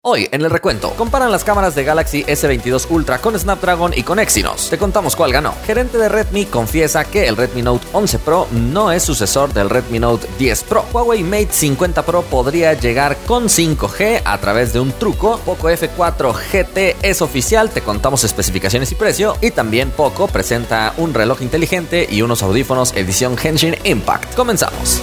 Hoy en el recuento, comparan las cámaras de Galaxy S22 Ultra con Snapdragon y con Exynos. Te contamos cuál ganó. Gerente de Redmi confiesa que el Redmi Note 11 Pro no es sucesor del Redmi Note 10 Pro. Huawei Mate 50 Pro podría llegar con 5G a través de un truco. Poco F4 GT es oficial, te contamos especificaciones y precio. Y también Poco presenta un reloj inteligente y unos audífonos edición Genshin Impact. Comenzamos.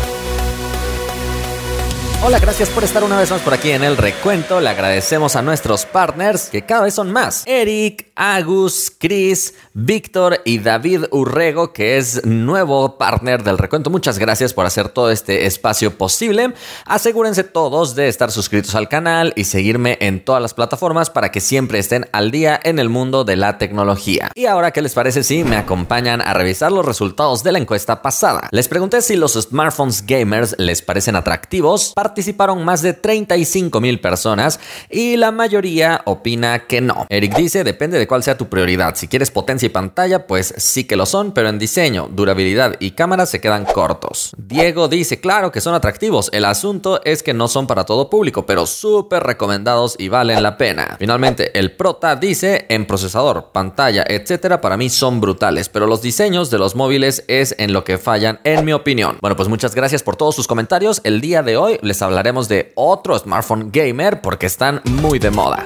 Hola, gracias por estar una vez más por aquí en el recuento. Le agradecemos a nuestros partners, que cada vez son más. Eric, Agus, Chris, Víctor y David Urrego, que es nuevo partner del recuento. Muchas gracias por hacer todo este espacio posible. Asegúrense todos de estar suscritos al canal y seguirme en todas las plataformas para que siempre estén al día en el mundo de la tecnología. Y ahora, ¿qué les parece si me acompañan a revisar los resultados de la encuesta pasada? Les pregunté si los smartphones gamers les parecen atractivos. Participaron más de 35,000 personas y la mayoría opina que no. Eric dice, depende de cuál sea tu prioridad. Si quieres potencia y pantalla, pues sí que lo son, pero en diseño, durabilidad y cámara se quedan cortos. Diego dice, claro que son atractivos. El asunto es que no son para todo público, pero súper recomendados y valen la pena. Finalmente, el Prota dice, en procesador, pantalla, etcétera, para mí son brutales, pero los diseños de los móviles es en lo que fallan, en mi opinión. Bueno, pues muchas gracias por todos sus comentarios. El día de hoy les hablaremos de otro smartphone gamer porque están muy de moda.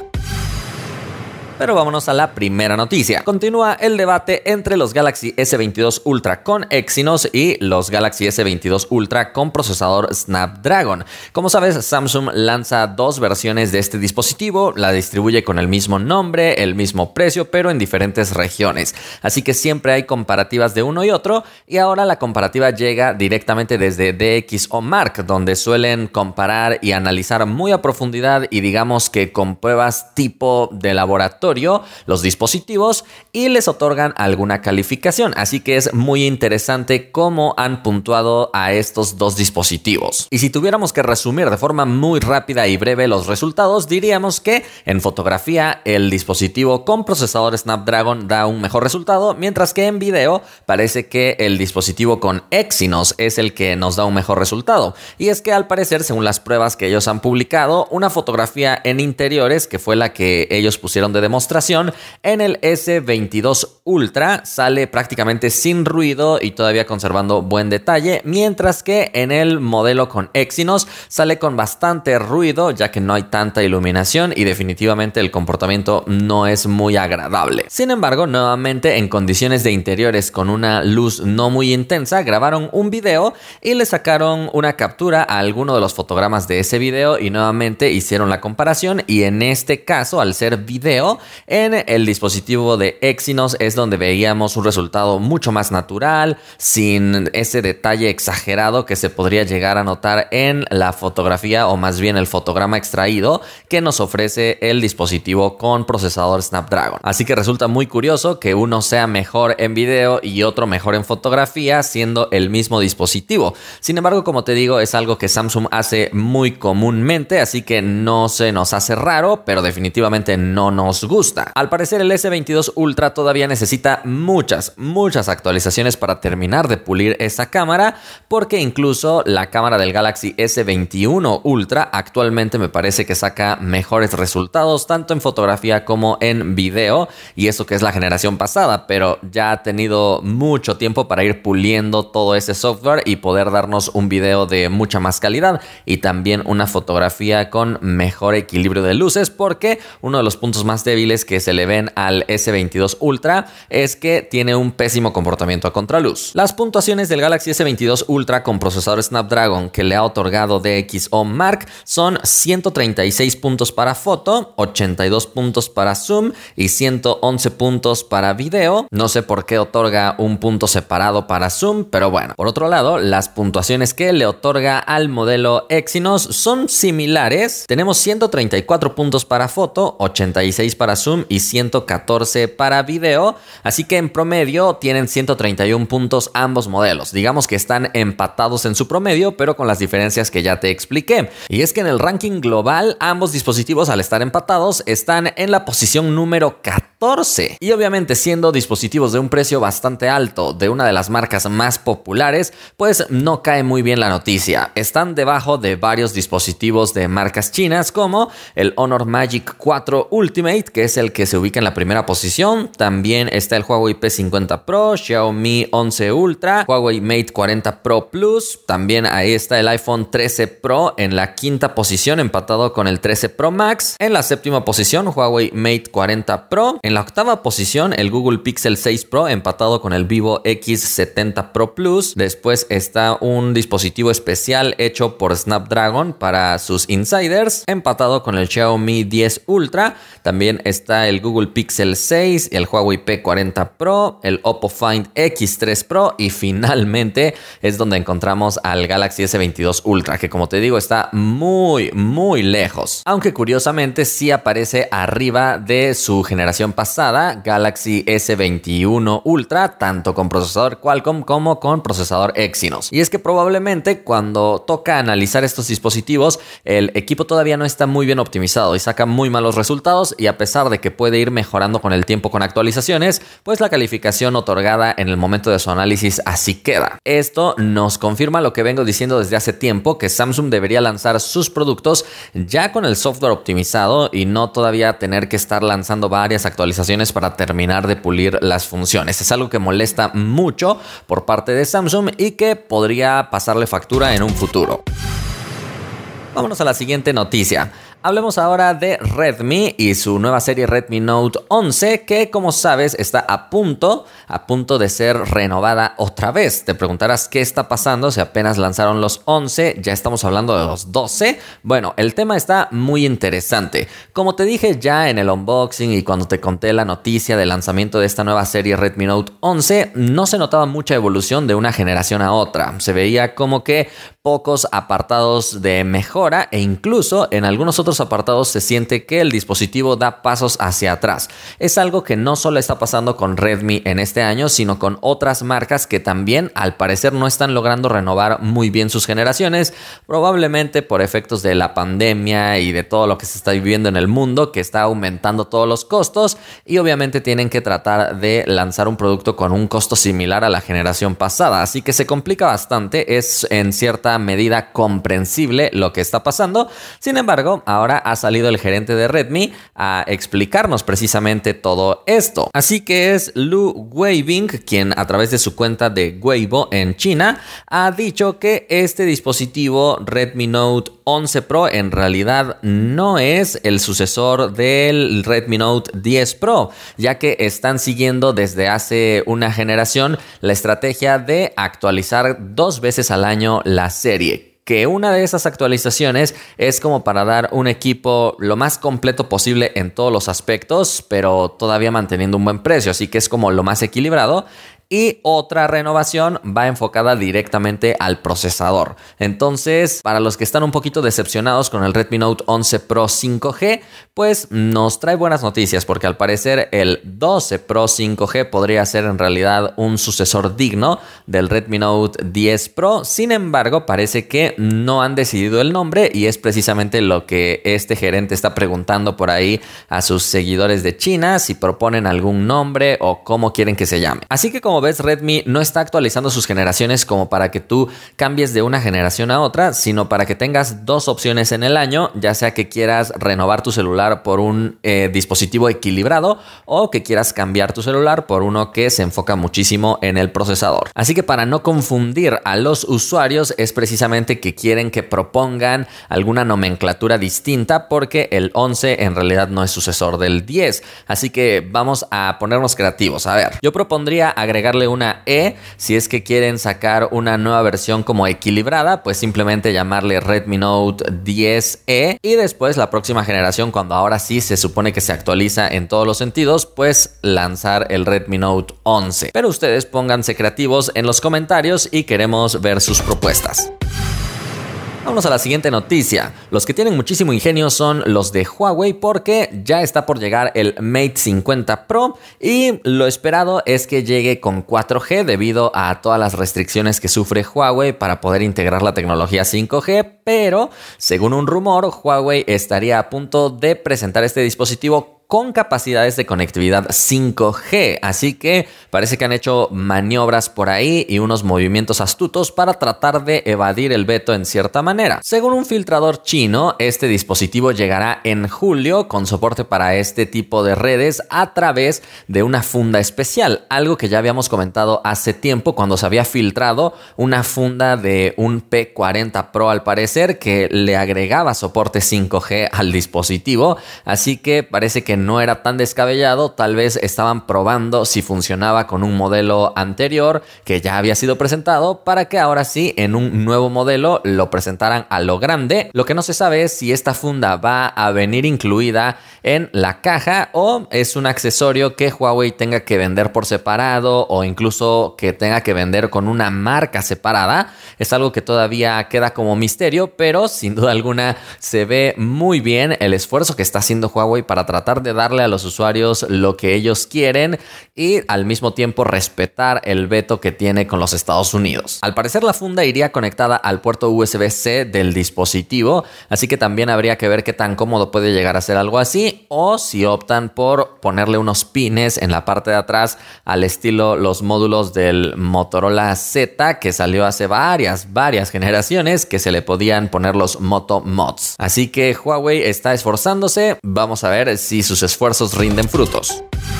Pero vámonos a la primera noticia. Continúa el debate entre los Galaxy S22 Ultra con Exynos y los Galaxy S22 Ultra con procesador Snapdragon. Como sabes, Samsung lanza dos versiones de este dispositivo, la distribuye con el mismo nombre, el mismo precio, pero en diferentes regiones. Así que siempre hay comparativas de uno y otro, y ahora la comparativa llega directamente desde DxOMark, donde suelen comparar y analizar muy a profundidad y digamos que con pruebas tipo de laboratorio los dispositivos y les otorgan alguna calificación, así que es muy interesante cómo han puntuado a estos dos dispositivos. Y si tuviéramos que resumir de forma muy rápida y breve los resultados, diríamos que en fotografía el dispositivo con procesador Snapdragon da un mejor resultado, mientras que en video parece que el dispositivo con Exynos es el que nos da un mejor resultado. Y es que al parecer, según las pruebas que ellos han publicado, una fotografía en interiores, que fue la que ellos pusieron de demostración, en el S22 Ultra sale prácticamente sin ruido y todavía conservando buen detalle, mientras que en el modelo con Exynos sale con bastante ruido, ya que no hay tanta iluminación y definitivamente el comportamiento no es muy agradable. Sin embargo, nuevamente en condiciones de interiores con una luz no muy intensa, grabaron un video y le sacaron una captura a alguno de los fotogramas de ese video y nuevamente hicieron la comparación, y en este caso, al ser video, en el dispositivo de Exynos es donde veíamos un resultado mucho más natural, sin ese detalle exagerado que se podría llegar a notar en la fotografía, o más bien el fotograma extraído que nos ofrece el dispositivo con procesador Snapdragon. Así que resulta muy curioso que uno sea mejor en video y otro mejor en fotografía siendo el mismo dispositivo. Sin embargo, como te digo, es algo que Samsung hace muy comúnmente, así que no se nos hace raro, pero definitivamente no nos gusta. Al parecer, el S22 Ultra todavía necesita muchas actualizaciones para terminar de pulir esa cámara, porque incluso la cámara del Galaxy S21 Ultra actualmente me parece que saca mejores resultados tanto en fotografía como en video, y eso que es la generación pasada, pero ya ha tenido mucho tiempo para ir puliendo todo ese software y poder darnos un video de mucha más calidad y también una fotografía con mejor equilibrio de luces, porque uno de los puntos más débiles que se le ven al S22 Ultra es que tiene un pésimo comportamiento a contraluz. Las puntuaciones del Galaxy S22 Ultra con procesador Snapdragon que le ha otorgado DxOMark son 136 puntos para foto, 82 puntos para zoom y 111 puntos para video. No sé por qué otorga un punto separado para zoom, pero bueno. Por otro lado, las puntuaciones que le otorga al modelo Exynos son similares. Tenemos 134 puntos para foto, 86 para zoom y 114 para video, así que en promedio tienen 131 puntos ambos modelos. Digamos que están empatados en su promedio, pero con las diferencias que ya te expliqué. Y es que en el ranking global, ambos dispositivos, al estar empatados, están en la posición número 14 14. Y obviamente siendo dispositivos de un precio bastante alto de una de las marcas más populares, pues no cae muy bien la noticia. Están debajo de varios dispositivos de marcas chinas como el Honor Magic 4 Ultimate, que es el que se ubica en la primera posición. También está el Huawei P50 Pro, Xiaomi 11 Ultra, Huawei Mate 40 Pro Plus. También ahí está el iPhone 13 Pro en la quinta posición, empatado con el 13 Pro Max. En la séptima posición, Huawei Mate 40 Pro. En la octava posición, el Google Pixel 6 Pro, empatado con el Vivo X70 Pro Plus. Después está un dispositivo especial hecho por Snapdragon para sus insiders, empatado con el Xiaomi 10 Ultra. También está el Google Pixel 6, el Huawei P40 Pro, el Oppo Find X3 Pro y finalmente es donde encontramos al Galaxy S22 Ultra, que como te digo está muy lejos. Aunque curiosamente sí aparece arriba de su generación pasada, Galaxy S21 Ultra, tanto con procesador Qualcomm como con procesador Exynos. Y es que probablemente cuando toca analizar estos dispositivos, el equipo todavía no está muy bien optimizado y saca muy malos resultados, y a pesar de que puede ir mejorando con el tiempo con actualizaciones, pues la calificación otorgada en el momento de su análisis así queda. Esto nos confirma lo que vengo diciendo desde hace tiempo, que Samsung debería lanzar sus productos ya con el software optimizado y no todavía tener que estar lanzando varias actualizaciones para terminar de pulir las funciones. Es algo que molesta mucho por parte de Samsung y que podría pasarle factura en un futuro. Vámonos a la siguiente noticia. Hablemos ahora de Redmi y su nueva serie Redmi Note 11, que como sabes está a punto de ser renovada otra vez. Te preguntarás qué está pasando si apenas lanzaron los 11, ya estamos hablando de los 12. Bueno, el tema está muy interesante. Como te dije ya en el unboxing y cuando te conté la noticia del lanzamiento de esta nueva serie Redmi Note 11, no se notaba mucha evolución de una generación a otra. Se veía como que pocos apartados de mejora e incluso en algunos otros apartados se siente que el dispositivo da pasos hacia atrás. Es algo que no solo está pasando con Redmi en este año, sino con otras marcas que también al parecer no están logrando renovar muy bien sus generaciones, probablemente por efectos de la pandemia y de todo lo que se está viviendo en el mundo, que está aumentando todos los costos, y obviamente tienen que tratar de lanzar un producto con un costo similar a la generación pasada, así que se complica bastante. Es en cierta medida comprensible lo que está pasando. Sin embargo, ahora ha salido el gerente de Redmi a explicarnos precisamente todo esto. Así que es Lu Weibing quien a través de su cuenta de Weibo en China ha dicho que este dispositivo Redmi Note 11 Pro en realidad no es el sucesor del Redmi Note 10 Pro, ya que están siguiendo desde hace una generación la estrategia de actualizar 2 veces al año la serie. Que una de esas actualizaciones es como para dar un equipo lo más completo posible en todos los aspectos, pero todavía manteniendo un buen precio, así que es como lo más equilibrado. Y otra renovación va enfocada directamente al procesador. Entonces, para los que están un poquito decepcionados con el Redmi Note 11 Pro 5G, pues nos trae buenas noticias, porque al parecer el 12 Pro 5G podría ser en realidad un sucesor digno del Redmi Note 10 Pro. Sin embargo, parece que no han decidido el nombre y es precisamente lo que este gerente está preguntando por ahí a sus seguidores de China, si proponen algún nombre o cómo quieren que se llame. Así que como ves, Redmi no está actualizando sus generaciones como para que tú cambies de una generación a otra, sino para que tengas 2 opciones en el año, ya sea que quieras renovar tu celular por un dispositivo equilibrado o que quieras cambiar tu celular por uno que se enfoca muchísimo en el procesador. Así que para no confundir a los usuarios es precisamente que quieren que propongan alguna nomenclatura distinta, porque el 11 en realidad no es sucesor del 10. Así que vamos a ponernos creativos. A ver, yo propondría agregarle una E. Si es que quieren sacar una nueva versión como equilibrada, pues simplemente llamarle Redmi Note 10E, y después la próxima generación, cuando ahora sí se supone que se actualiza en todos los sentidos, pues lanzar el Redmi Note 11. Pero ustedes pónganse creativos en los comentarios y queremos ver sus propuestas. Vamos a la siguiente noticia. Los que tienen muchísimo ingenio son los de Huawei, porque ya está por llegar el Mate 50 Pro y lo esperado es que llegue con 4G debido a todas las restricciones que sufre Huawei para poder integrar la tecnología 5G, pero según un rumor, Huawei estaría a punto de presentar este dispositivo con capacidades de conectividad 5G, así que parece que han hecho maniobras por ahí y unos movimientos astutos para tratar de evadir el veto en cierta manera. Según un filtrador chino, este dispositivo llegará en julio con soporte para este tipo de redes a través de una funda especial, algo que ya habíamos comentado hace tiempo cuando se había filtrado una funda de un P40 Pro al parecer que le agregaba soporte 5G al dispositivo, así que parece que no era tan descabellado. Tal vez estaban probando si funcionaba con un modelo anterior que ya había sido presentado para que ahora sí en un nuevo modelo lo presentaran a lo grande. Lo que no se sabe es si esta funda va a venir incluida en la caja o es un accesorio que Huawei tenga que vender por separado o incluso que tenga que vender con una marca separada. Es algo que todavía queda como misterio, pero sin duda alguna se ve muy bien el esfuerzo que está haciendo Huawei para tratar de darle a los usuarios lo que ellos quieren y al mismo tiempo respetar el veto que tiene con los Estados Unidos. Al parecer la funda iría conectada al puerto USB-C del dispositivo, así que también habría que ver qué tan cómodo puede llegar a ser algo así o si optan por ponerle unos pines en la parte de atrás al estilo los módulos del Motorola Z que salió hace varias generaciones que se le podían poner los Moto Mods. Así que Huawei está esforzándose, vamos a ver si sus esfuerzos rinden frutos.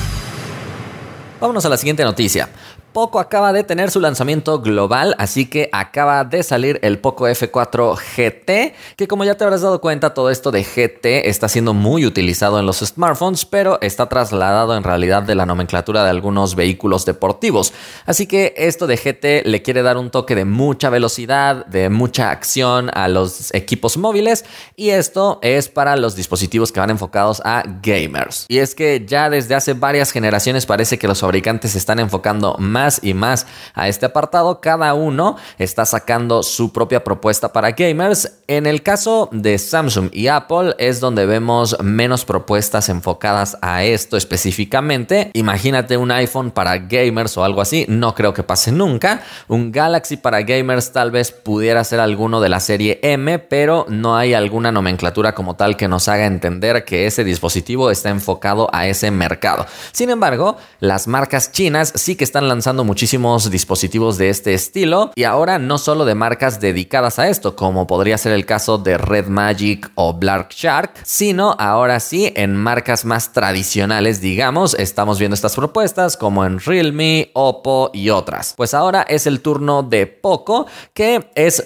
Vámonos a la siguiente noticia. Poco acaba de tener su lanzamiento global, así que acaba de salir el Poco F4 GT, que como ya te habrás dado cuenta, todo esto de GT está siendo muy utilizado en los smartphones, pero está trasladado en realidad de la nomenclatura de algunos vehículos deportivos. Así que esto de GT le quiere dar un toque de mucha velocidad, de mucha acción a los equipos móviles, y esto es para los dispositivos que van enfocados a gamers. Y es que ya desde hace varias generaciones parece que los fabricantes se están enfocando más y más a este apartado. Cada uno está sacando su propia propuesta para gamers. En el caso de Samsung y Apple es donde vemos menos propuestas enfocadas a esto específicamente. Imagínate un iPhone para gamers o algo así, no creo que pase nunca. Un Galaxy para gamers tal vez pudiera ser alguno de la serie M, pero no hay alguna nomenclatura como tal que nos haga entender que ese dispositivo está enfocado a ese mercado. Sin embargo, las marcas chinas sí que están lanzando muchísimos dispositivos de este estilo, y ahora no solo de marcas dedicadas a esto, como podría ser el caso de Red Magic o Black Shark, sino ahora sí en marcas más tradicionales, digamos. Estamos viendo estas propuestas como en Realme, Oppo y otras. Pues ahora es el turno de Poco, que es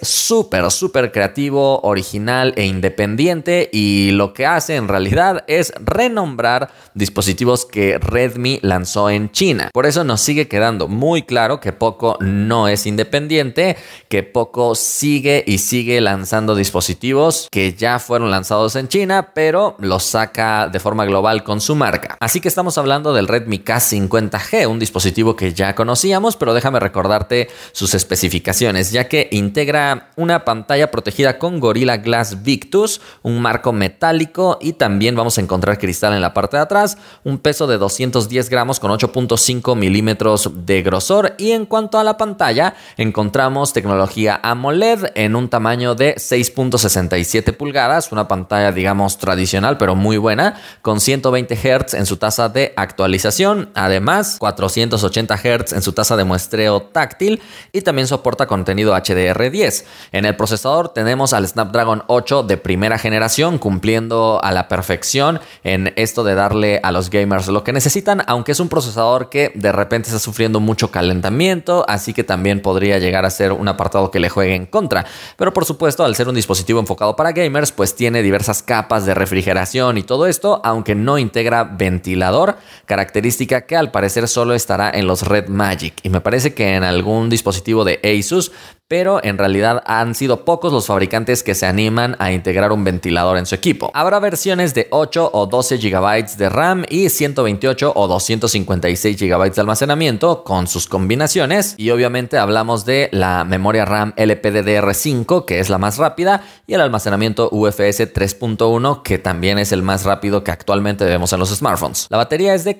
súper creativo, original e independiente, y lo que hace en realidad es renombrar dispositivos que Redmi lanzó en China. Por eso nos sigue quedando muy claro que Poco no es independiente, que Poco sigue lanzando dispositivos que ya fueron lanzados en China, pero los saca de forma global con su marca. Así que estamos hablando del Redmi K50G, un dispositivo que ya conocíamos, pero déjame recordarte sus especificaciones, ya que integra una pantalla protegida con Gorilla Glass Victus, un marco metálico y también vamos a encontrar cristal en la parte de atrás, un peso de 210 gramos con 8.5 milímetros de grosor, y en cuanto a la pantalla encontramos tecnología AMOLED en un tamaño de 6.67 pulgadas, una pantalla digamos tradicional pero muy buena, con 120 Hz en su tasa de actualización, además 480 Hz en su tasa de muestreo táctil, y también soporta contenido HDR10. En el procesador tenemos al Snapdragon 8 de primera generación, cumpliendo a la perfección en esto de darle a los gamers lo que necesitan, aunque es un procesador que de repente está sufriendo mucho calentamiento, así que también podría llegar a ser un apartado que le juegue en contra. Pero por supuesto, al ser un dispositivo enfocado para gamers, pues tiene diversas capas de refrigeración y todo esto, aunque no integra ventilador, característica que al parecer solo estará en los Red Magic, y me parece que en algún dispositivo de Asus, pero en realidad han sido pocos los fabricantes que se animan a integrar un ventilador en su equipo. Habrá versiones de 8 o 12 GB de RAM y 128 o 256 GB de almacenamiento con con sus combinaciones. Y obviamente hablamos de la memoria RAM LPDDR5, que es la más rápida, y el almacenamiento UFS 3.1, que también es el más rápido que actualmente vemos en los smartphones. La batería es de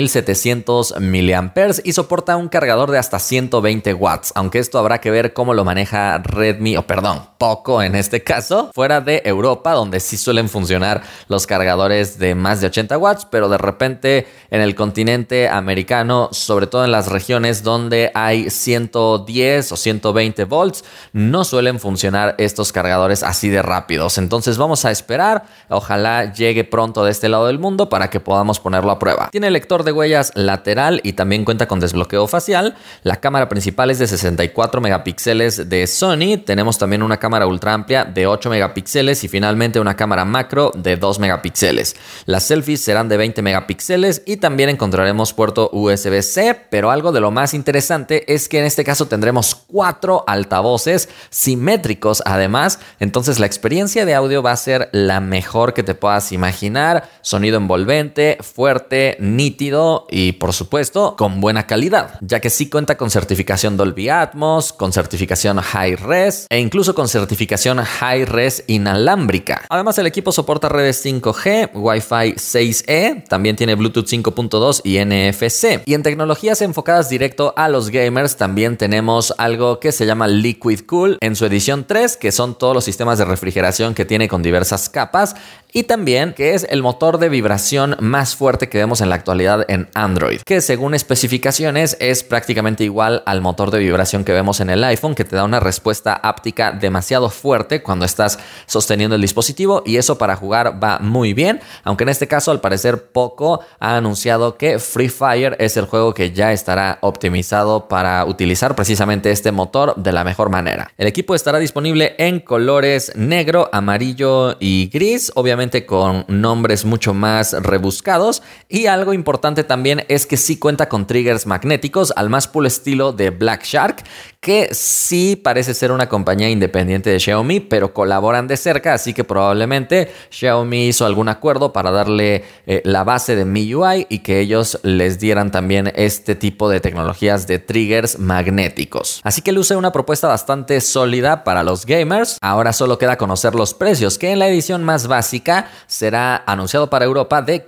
4700 mAh y soporta un cargador de hasta 120 watts, aunque esto habrá que ver cómo lo maneja Redmi, Poco en este caso, fuera de Europa, donde sí suelen funcionar los cargadores de más de 80 watts, pero de repente en el continente americano, sobre todo en las regiones donde hay 110 o 120 volts, no suelen funcionar estos cargadores así de rápidos. Entonces vamos a esperar, ojalá llegue pronto de este lado del mundo para que podamos ponerlo a prueba. Tiene lector de huellas lateral y también cuenta con desbloqueo facial. La cámara principal es de 64 megapíxeles de Sony. Tenemos también una cámara ultra amplia de 8 megapíxeles y finalmente una cámara macro de 2 megapíxeles. Las selfies serán de 20 megapíxeles y también encontraremos puerto USB-C, pero algo de lo más interesante es que en este caso tendremos 4 altavoces simétricos además, entonces la experiencia de audio va a ser la mejor que te puedas imaginar. Sonido envolvente, fuerte, nítido y por supuesto con buena calidad, ya que sí cuenta con certificación Dolby Atmos, con certificación High Res e incluso con certificación High Res inalámbrica. Además el equipo soporta redes 5G, Wi-Fi 6E, también tiene Bluetooth 5.2 y NFC. Y en tecnologías enfocadas directo a los gamers también tenemos algo que se llama Liquid Cool en su edición 3, que son todos los sistemas de refrigeración que tiene con diversas capas, y también que es el motor de vibración más fuerte que vemos en la actualidad en Android, que según especificaciones es prácticamente igual al motor de vibración que vemos en el iPhone, que te da una respuesta áptica demasiado fuerte cuando estás sosteniendo el dispositivo, y eso para jugar va muy bien, aunque en este caso al parecer Poco ha anunciado que Free Fire es el juego que ya estará optimizado para utilizar precisamente este motor de la mejor manera. El equipo estará disponible en colores negro, amarillo y gris, obviamente con nombres mucho más rebuscados, y algo importante también es que sí cuenta con triggers magnéticos al más puro estilo de Black Shark, que sí parece ser una compañía independiente de Xiaomi, pero colaboran de cerca, así que probablemente Xiaomi hizo algún acuerdo para darle la base de MIUI y que ellos les dieran también este tipo de tecnologías de triggers magnéticos. Así que luce una propuesta bastante sólida para los gamers. Ahora solo queda conocer los precios, que en la edición más básica será anunciado para Europa de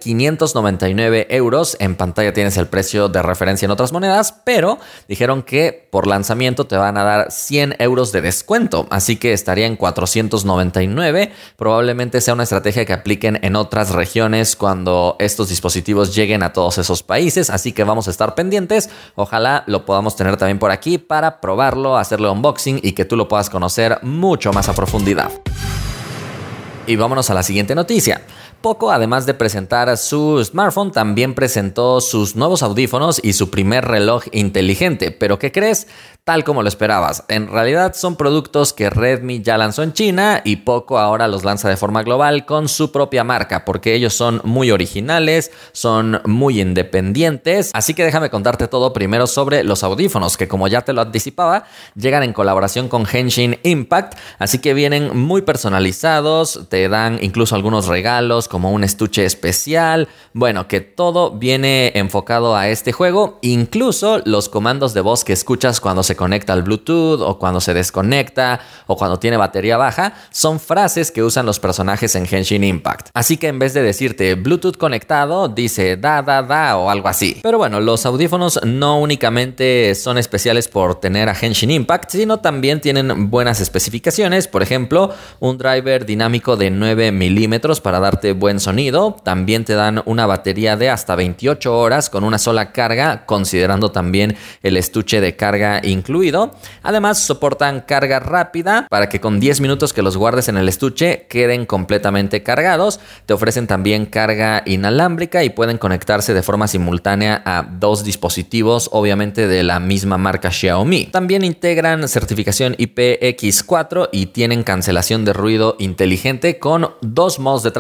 599 euros. En pantalla tienes el precio de referencia en otras monedas, pero dijeron que por lanzamiento te van a dar 100 euros de descuento, así que estaría en 499. Probablemente sea una estrategia que apliquen en otras regiones cuando estos dispositivos lleguen a todos esos países, así que vamos a estar pendientes. Ojalá lo podamos tener también por aquí para probarlo, hacerle unboxing y que tú lo puedas conocer mucho más a profundidad. Y vámonos a la siguiente noticia. Poco, además de presentar su smartphone, también presentó sus nuevos audífonos y su primer reloj inteligente. ¿Pero qué crees? Tal como lo esperabas. En realidad son productos que Redmi ya lanzó en China y Poco ahora los lanza de forma global con su propia marca, porque ellos son muy originales, son muy independientes. Así que déjame contarte todo primero sobre los audífonos, que como ya te lo anticipaba, llegan en colaboración con Genshin Impact, así que vienen muy personalizados, te dan incluso algunos regalos como un estuche especial. Bueno, que todo viene enfocado a este juego, incluso los comandos de voz que escuchas cuando se conecta al Bluetooth o cuando se desconecta o cuando tiene batería baja, son frases que usan los personajes en Genshin Impact. Así que en vez de decirte Bluetooth conectado, dice da o algo así. Pero bueno, los audífonos no únicamente son especiales por tener a Genshin Impact, sino también tienen buenas especificaciones. Por ejemplo, un driver dinámico de 9 milímetros para darte buen sonido. También te dan una batería de hasta 28 horas con una sola carga, considerando también el estuche de carga incluido. Además, soportan carga rápida para que con 10 minutos que los guardes en el estuche queden completamente cargados. Te ofrecen también carga inalámbrica y pueden conectarse de forma simultánea a 2 dispositivos, obviamente de la misma marca Xiaomi. También integran certificación IPX4 y tienen cancelación de ruido inteligente con 2 modos de transparencia.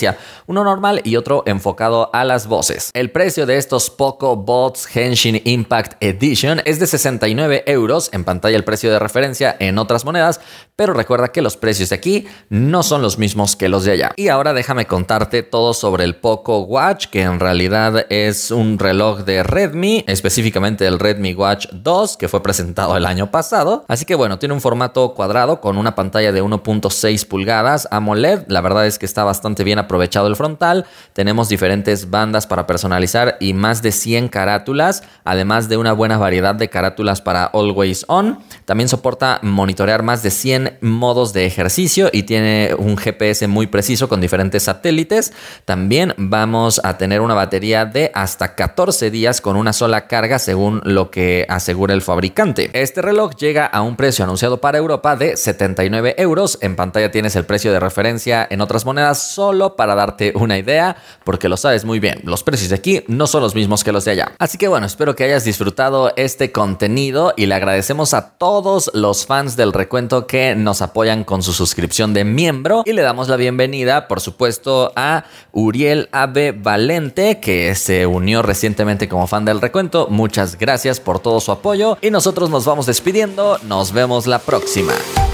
diferencia, uno normal y otro enfocado a las voces. El precio de estos Poco Bots Henshin Impact Edition es de 69 euros, en pantalla el precio de referencia en otras monedas, pero recuerda que los precios de aquí no son los mismos que los de allá. Y ahora déjame contarte todo sobre el Poco Watch, que en realidad es un reloj de Redmi, específicamente el Redmi Watch 2, que fue presentado el año pasado. Así que bueno, tiene un formato cuadrado con una pantalla de 1.6 pulgadas AMOLED. La verdad es que está bastante bien aprovechado el frontal. Tenemos diferentes bandas para personalizar y más de 100 carátulas, además de una buena variedad de carátulas para Always On. También soporta monitorear más de 100 modos de ejercicio y tiene un GPS muy preciso con diferentes satélites. También vamos a tener una batería de hasta 14 días con una sola carga, según lo que asegura el fabricante. Este reloj llega a un precio anunciado para Europa de 79 euros. En pantalla tienes el precio de referencia en otras monedas, solo para darte una idea, porque lo sabes muy bien, los precios de aquí no son los mismos que los de allá. Así que bueno, espero que hayas disfrutado este contenido y le agradecemos a todos los fans del recuento que nos apoyan con su suscripción de miembro, y le damos la bienvenida, por supuesto, a Uriel Ave Valente, que se unió recientemente como fan del recuento. Muchas gracias por todo su apoyo y nosotros nos vamos despidiendo. Nos vemos la próxima.